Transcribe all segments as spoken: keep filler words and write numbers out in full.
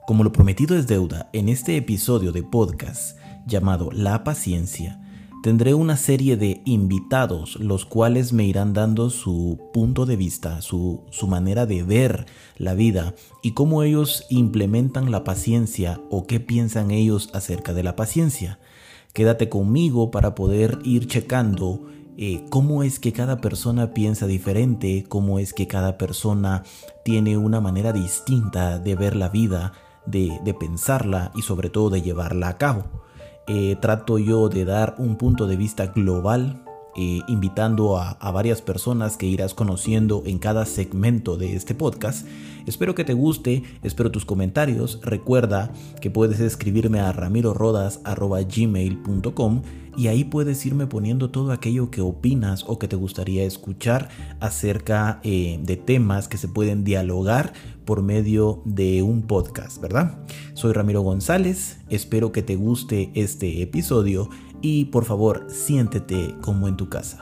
Como lo prometido es deuda, en este episodio de podcast llamado La Paciencia, tendré una serie de invitados, los cuales me irán dando su punto de vista, su, su manera de ver la vida y cómo ellos implementan la paciencia o qué piensan ellos acerca de la paciencia. Quédate conmigo para poder ir checando eh, cómo es que cada persona piensa diferente, cómo es que cada persona tiene una manera distinta de ver la vida, de, de pensarla y sobre todo de llevarla a cabo. Eh, trato yo de dar un punto de vista global, eh, invitando a, a varias personas que irás conociendo en cada segmento de este podcast. Espero que te guste, espero tus comentarios. Recuerda que puedes escribirme a ramiro rodas arroba gmail punto com y ahí puedes irme poniendo todo aquello que opinas o que te gustaría escuchar acerca eh, de temas que se pueden dialogar por medio de un podcast, ¿verdad? Soy Ramiro González, espero que te guste este episodio y por favor siéntete como en tu casa.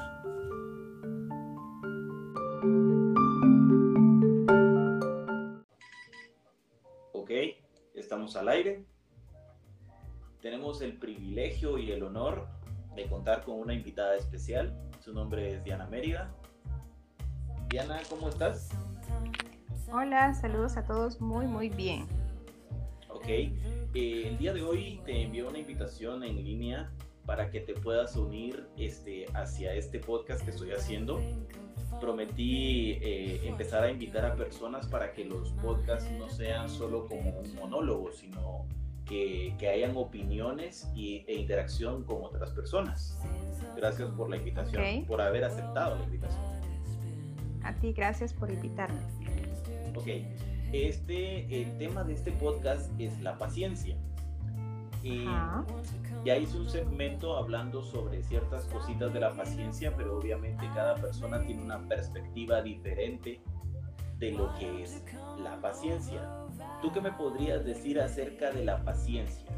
Ok, estamos al aire. Tenemos el privilegio y el honor de contar con una invitada especial. Su nombre es Diana Mérida. Diana, ¿cómo estás? Hola, saludos a todos, muy muy bien. Ok, eh, el día de hoy te envío una invitación en línea para que te puedas unir este, hacia este podcast que estoy haciendo. Prometí eh, empezar a invitar a personas para que los podcasts no sean solo como un monólogo, sino que, que hayan opiniones y, e interacción con otras personas. Gracias por la invitación, okay. Por haber aceptado la invitación. A ti, gracias por invitarme. Ok, este, el tema de este podcast es la paciencia. Y ya hice un segmento hablando sobre ciertas cositas de la paciencia, pero obviamente cada persona tiene una perspectiva diferente de lo que es la paciencia. ¿Tú qué me podrías decir acerca de la paciencia?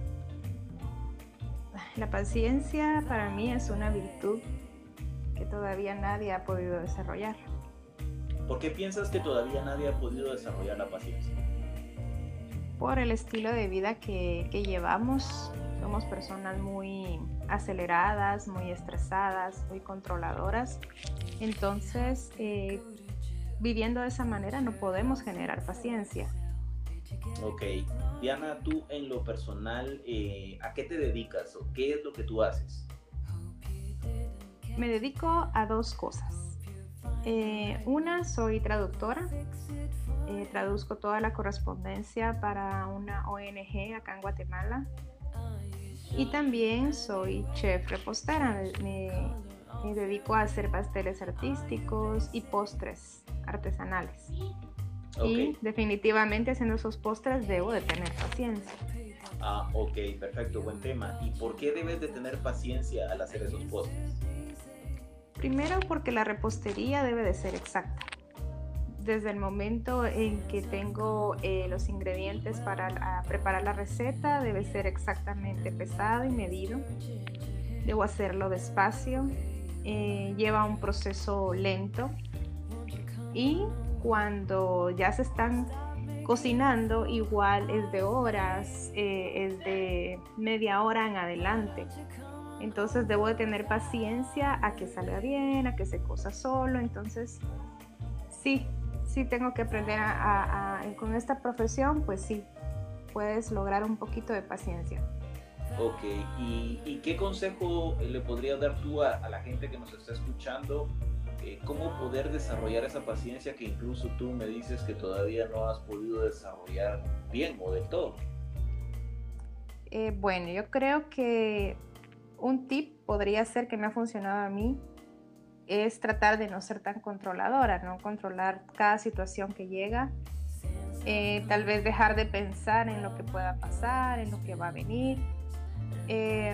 La paciencia para mí es una virtud que todavía nadie ha podido desarrollar. ¿Por qué piensas que todavía nadie ha podido desarrollar la paciencia? Por el estilo de vida que, que llevamos. Somos personas muy aceleradas, muy estresadas, muy controladoras. Entonces, eh, viviendo de esa manera no podemos generar paciencia. Ok. Diana, tú en lo personal, eh, ¿a qué te dedicas o qué es lo que tú haces? Me dedico a dos cosas. Eh, una, soy traductora. Eh, traduzco toda la correspondencia para una O N G acá en Guatemala. Y también soy chef repostera. Me, me dedico a hacer pasteles artísticos y postres artesanales. Okay. Y definitivamente haciendo esos postres debo de tener paciencia. Ah, ok, perfecto, buen tema. ¿Y por qué debes de tener paciencia al hacer esos postres? Primero porque la repostería debe de ser exacta. Desde el momento en que tengo eh, los ingredientes para a, preparar la receta, debe ser exactamente pesado y medido. Debo hacerlo despacio, eh, lleva un proceso lento y cuando ya se están cocinando, igual es de horas, eh, es de media hora en adelante. Entonces debo de tener paciencia a que salga bien, a que se cosa solo. Entonces sí, sí tengo que aprender a, a, a, con esta profesión, pues sí, puedes lograr un poquito de paciencia. Ok, ¿y, y qué consejo le podrías dar tú a, a la gente que nos está escuchando? Eh, ¿Cómo poder desarrollar esa paciencia que incluso tú me dices que todavía no has podido desarrollar bien o del todo? Eh, bueno, yo creo que un tip podría ser que me ha funcionado a mí es tratar de no ser tan controladora, no controlar cada situación que llega, eh, tal vez dejar de pensar en lo que pueda pasar, en lo que va a venir, eh,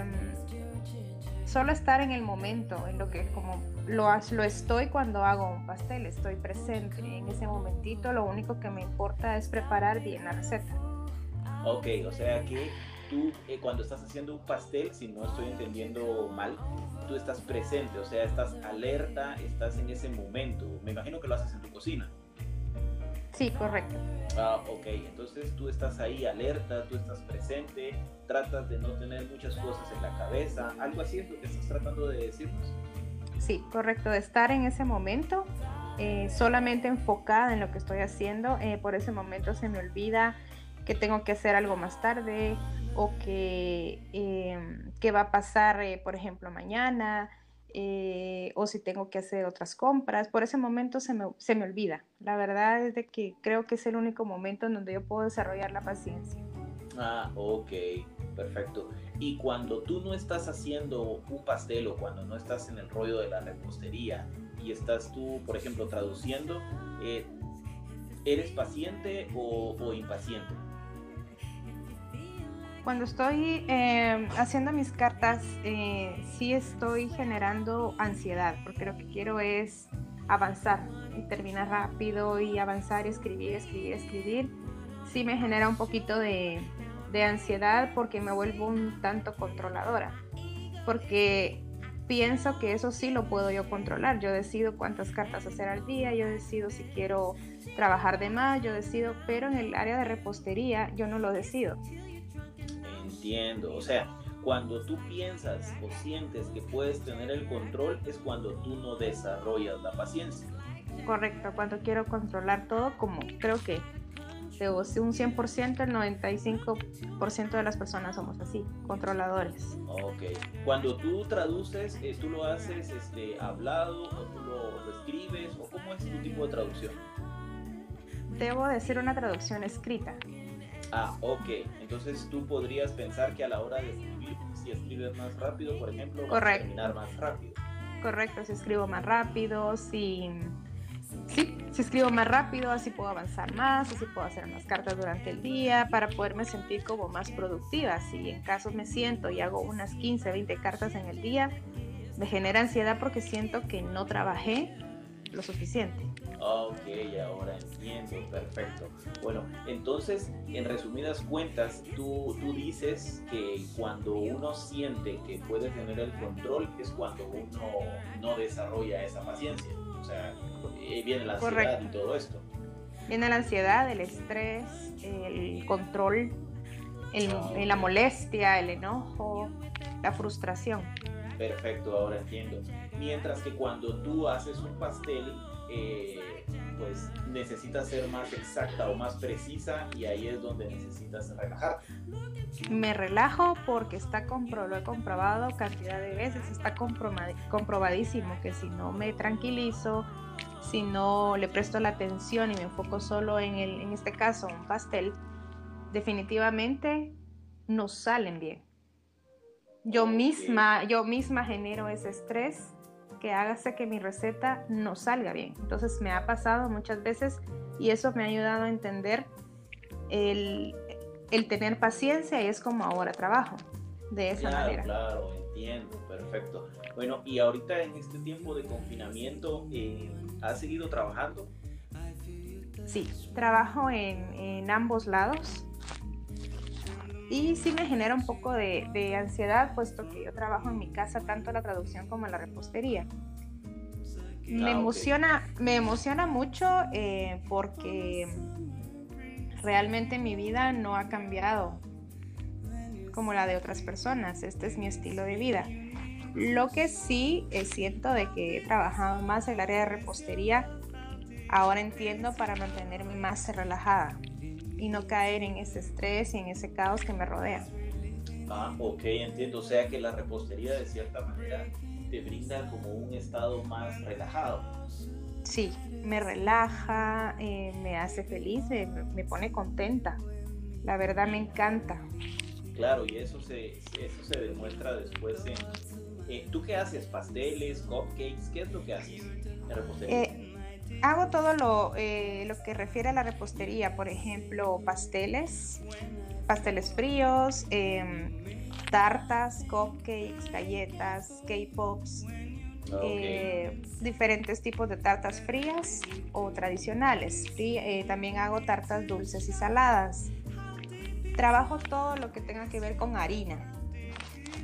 solo estar en el momento, en lo que como lo, lo estoy cuando hago un pastel, estoy presente en ese momentito, lo único que me importa es preparar bien la receta. Ok, o sea que tú eh, cuando estás haciendo un pastel, si no estoy entendiendo mal, tú estás presente, o sea, estás alerta, estás en ese momento. Me imagino que lo haces en tu cocina. Sí, correcto. Ah, ok, entonces tú estás ahí alerta, tú estás presente, tratas de no tener muchas cosas en la cabeza, algo así es lo que estás tratando de decirnos. Sí, correcto, de estar en ese momento, eh, solamente enfocada en lo que estoy haciendo. Eh, por ese momento se me olvida que tengo que hacer algo más tarde o que, eh, que va a pasar, eh, por ejemplo, mañana, eh, o si tengo que hacer otras compras. Por ese momento se me, se me olvida. La verdad es de que creo que es el único momento en donde yo puedo desarrollar la paciencia. Ah, ok, perfecto. Y cuando tú no estás haciendo un pastel o cuando no estás en el rollo de la repostería y estás tú, por ejemplo, traduciendo, eh, ¿eres paciente o, o impaciente? Cuando estoy eh, haciendo mis cartas, eh, sí estoy generando ansiedad, porque lo que quiero es avanzar y terminar rápido y avanzar y escribir, escribir, escribir. Sí me genera un poquito de, de ansiedad porque me vuelvo un tanto controladora, porque pienso que eso sí lo puedo yo controlar. Yo decido cuántas cartas hacer al día, yo decido si quiero trabajar de más, yo decido, pero en el área de repostería yo no lo decido. Entiendo, o sea, cuando tú piensas o sientes que puedes tener el control es cuando tú no desarrollas la paciencia. Correcto, cuando quiero controlar todo, como creo que de un cien por ciento, el noventa y cinco por ciento de las personas somos así, controladores. Ok, cuando tú traduces, eh, ¿tú lo haces este, hablado o tú lo, lo escribes o cómo es tu tipo de traducción? Debo decir una traducción escrita. Ah, ok, entonces tú podrías pensar que a la hora de escribir, si escribes más rápido, por ejemplo, vas a terminar más rápido. Correcto, si escribo más rápido, si... Sí, si escribo más rápido, así puedo avanzar más, así puedo hacer más cartas durante el día para poderme sentir como más productiva. Si en caso me siento y hago unas quince, veinte cartas en el día, me genera ansiedad porque siento que no trabajé lo suficiente. Ok, ahora entiendo, perfecto. Bueno, entonces, en resumidas cuentas, tú, tú dices que cuando uno siente que puede tener el control es cuando uno no desarrolla esa paciencia. O sea, viene la ansiedad. Correcto. Y todo esto. Viene la ansiedad, el estrés, el control, el, oh, okay. la molestia, el enojo, la frustración. Perfecto, ahora entiendo. Mientras que cuando tú haces un pastel, eh, pues necesitas ser más exacta o más precisa y ahí es donde necesitas relajarte. Me relajo porque está compro, lo he comprobado cantidad de veces, está comprobadísimo que si no me tranquilizo, si no le presto la atención y me enfoco solo en, el, en este caso un pastel, definitivamente no salen bien. Yo okay. misma, yo misma genero ese estrés que hace que mi receta no salga bien. Entonces me ha pasado muchas veces y eso me ha ayudado a entender el, el tener paciencia y es como ahora trabajo de esa claro, manera. Claro, entiendo, perfecto. Bueno, y ahorita en este tiempo de confinamiento, eh, ¿has seguido trabajando? Sí, trabajo en, en ambos lados. Y sí me genera un poco de, de ansiedad, puesto que yo trabajo en mi casa tanto la traducción como la repostería. Ah, me, emociona, okay. me emociona mucho eh, porque realmente mi vida no ha cambiado como la de otras personas. Este es mi estilo de vida. Lo que sí es cierto de que he trabajado más en el área de repostería, ahora entiendo para mantenerme más relajada y no caer en ese estrés y en ese caos que me rodea. Ah, ok, entiendo. O sea que la repostería de cierta manera te brinda como un estado más relajado. Sí, me relaja, eh, me hace feliz, me, me pone contenta. La verdad me encanta. Claro, y eso se, eso se demuestra después en... Eh, ¿Tú qué haces? ¿Pasteles, cupcakes? ¿Qué es lo que haces en repostería? Eh, Hago todo lo, eh, lo que refiere a la repostería, por ejemplo, pasteles, pasteles fríos, eh, tartas, cupcakes, galletas, K-pops, okay. eh, diferentes tipos de tartas frías o tradicionales. Frí, eh, también hago tartas dulces y saladas. Trabajo todo lo que tenga que ver con harina.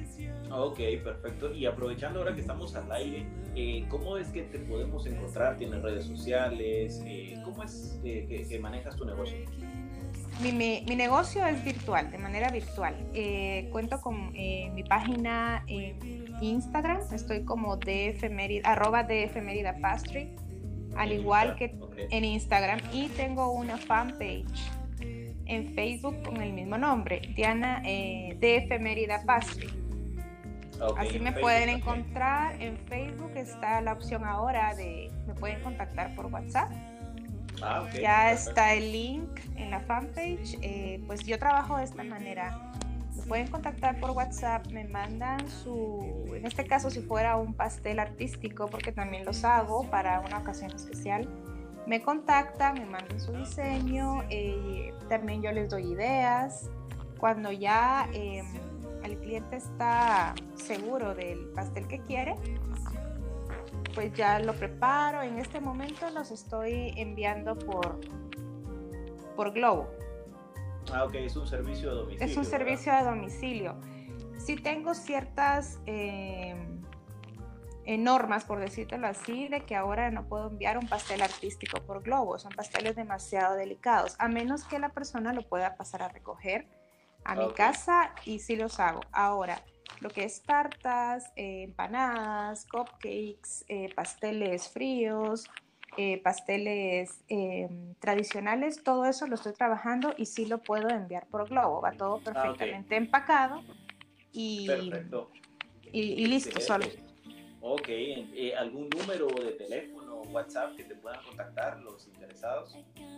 Ok, perfecto. Y aprovechando ahora que estamos al aire, eh, ¿cómo es que te podemos encontrar? ¿Tienes redes sociales? Eh, ¿Cómo es eh, que, que manejas tu negocio? Mi, mi, mi negocio es virtual, de manera virtual. Eh, cuento con eh, mi página en Instagram, estoy como dfmerida, arroba dfmeridapastry, al En igual Instagram, que ok. en Instagram, y tengo una fanpage en Facebook con el mismo nombre, Diana eh, dfmeridapastry. Okay, Así me Facebook pueden también. encontrar. En Facebook está la opción ahora de, me pueden contactar por WhatsApp. Ah, ok, Ya está perfecto. el link en la fanpage. Eh, pues yo trabajo de esta manera. Me pueden contactar por WhatsApp, me mandan su, en este caso si fuera un pastel artístico, porque también los hago para una ocasión especial, me contactan, me mandan su diseño, eh, también yo les doy ideas. Cuando ya eh, el cliente está seguro del pastel que quiere, pues ya lo preparo. En este momento los estoy enviando por, por Globo. Ah, ok, es un servicio a Es un domicilio, ¿verdad? servicio a domicilio. Sí tengo ciertas eh, eh, normas, por decírtelo así, de que ahora no puedo enviar un pastel artístico por Globo. Son pasteles demasiado delicados, a menos que la persona lo pueda pasar a recoger a Ah, mi ok. casa, y sí los hago. Ahora, lo que es tartas, eh, empanadas, cupcakes, eh, pasteles fríos, eh, pasteles eh, tradicionales, todo eso lo estoy trabajando y sí lo puedo enviar por Globo. Va todo Ah, ok, perfectamente empacado y, perfecto. y, y listo, solo. Excelente. Ok, eh, ¿algún número de teléfono, WhatsApp que te puedan contactar los interesados?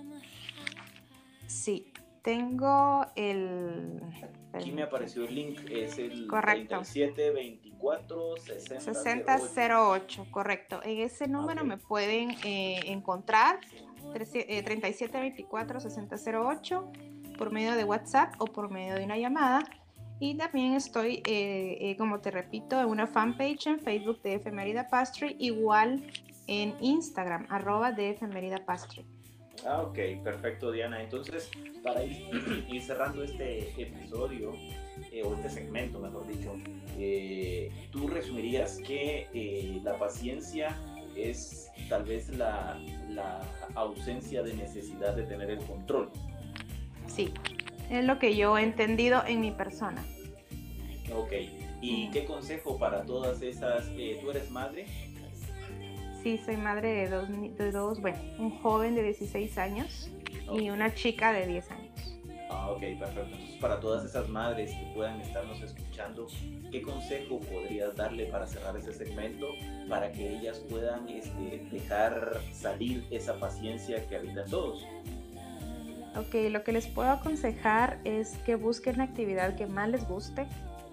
Sí, tengo el... Aquí me apareció el link, es el treinta y Correcto. siete veinticuatro sesenta cero sesenta ocho. cero ocho, correcto. En ese Ah, ok. número me pueden eh, encontrar treinta y siete veinticuatro sesenta cero ocho por medio de WhatsApp o por medio de una llamada. Y también estoy, eh, eh, como te repito, en una fanpage en Facebook de D F Mérida Pastry, igual en Instagram, arroba D F Mérida Pastry. Ah, ok, perfecto, Diana. Entonces, para ir, ir cerrando este episodio, eh, o este segmento, mejor dicho, eh, tú resumirías que eh, la paciencia es tal vez la, la ausencia de necesidad de tener el control. Sí, es lo que yo he entendido en mi persona. Ok, ¿y qué consejo para todas esas? Eh, ¿tú eres madre? Sí, soy madre de dos, de dos, bueno, un joven de dieciséis años y Ok. una chica de diez años. Ah, ok, perfecto. Entonces, para todas esas madres que puedan estarnos escuchando, ¿qué consejo podrías darle para cerrar ese segmento, para que ellas puedan este, dejar salir esa paciencia que habita en todos? Ok, lo que les puedo aconsejar es que busquen la actividad que más les guste,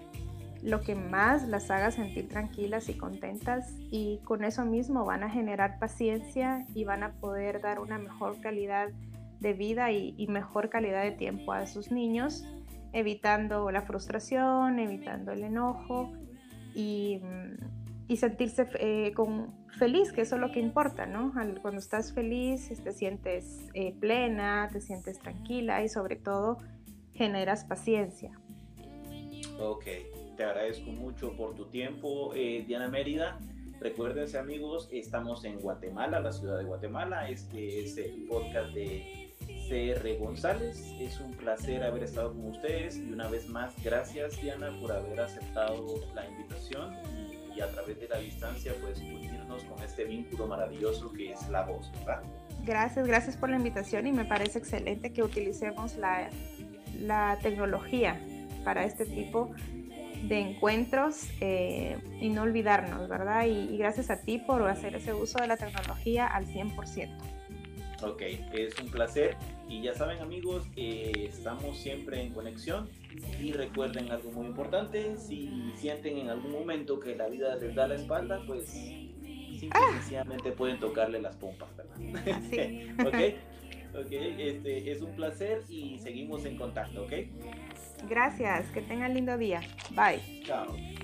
lo que más las haga sentir tranquilas y contentas, y con eso mismo van a generar paciencia y van a poder dar una mejor calidad de vida y, y mejor calidad de tiempo a sus niños, evitando la frustración, evitando el enojo y, y sentirse eh, con, feliz, que eso es lo que importa, ¿no? Cuando estás feliz te sientes eh, plena, te sientes tranquila y sobre todo generas paciencia. Ok, te agradezco mucho por tu tiempo, eh, Diana Mérida. Recuérdense, amigos, estamos en Guatemala, la ciudad de Guatemala. Este es el podcast de C R González. Es un placer haber estado con ustedes y una vez más, gracias, Diana, por haber aceptado la invitación y, y a través de la distancia, pues, unirnos con este vínculo maravilloso que es la voz, ¿verdad? Gracias, gracias por la invitación, y me parece excelente que utilicemos la, la tecnología para este tipo de encuentros eh, y no olvidarnos, ¿verdad? Y, y gracias a ti por hacer ese uso de la tecnología al cien por ciento. Ok, es un placer y ya saben, amigos, eh, estamos siempre en conexión y recuerden algo muy importante: si sienten en algún momento que la vida les da la espalda, pues simple y sencillamente pueden tocarle las pompas, ¿verdad? Así. ok, ok, este, es un placer y seguimos en contacto, ¿ok? Gracias, que tengan lindo día. Bye. Chao.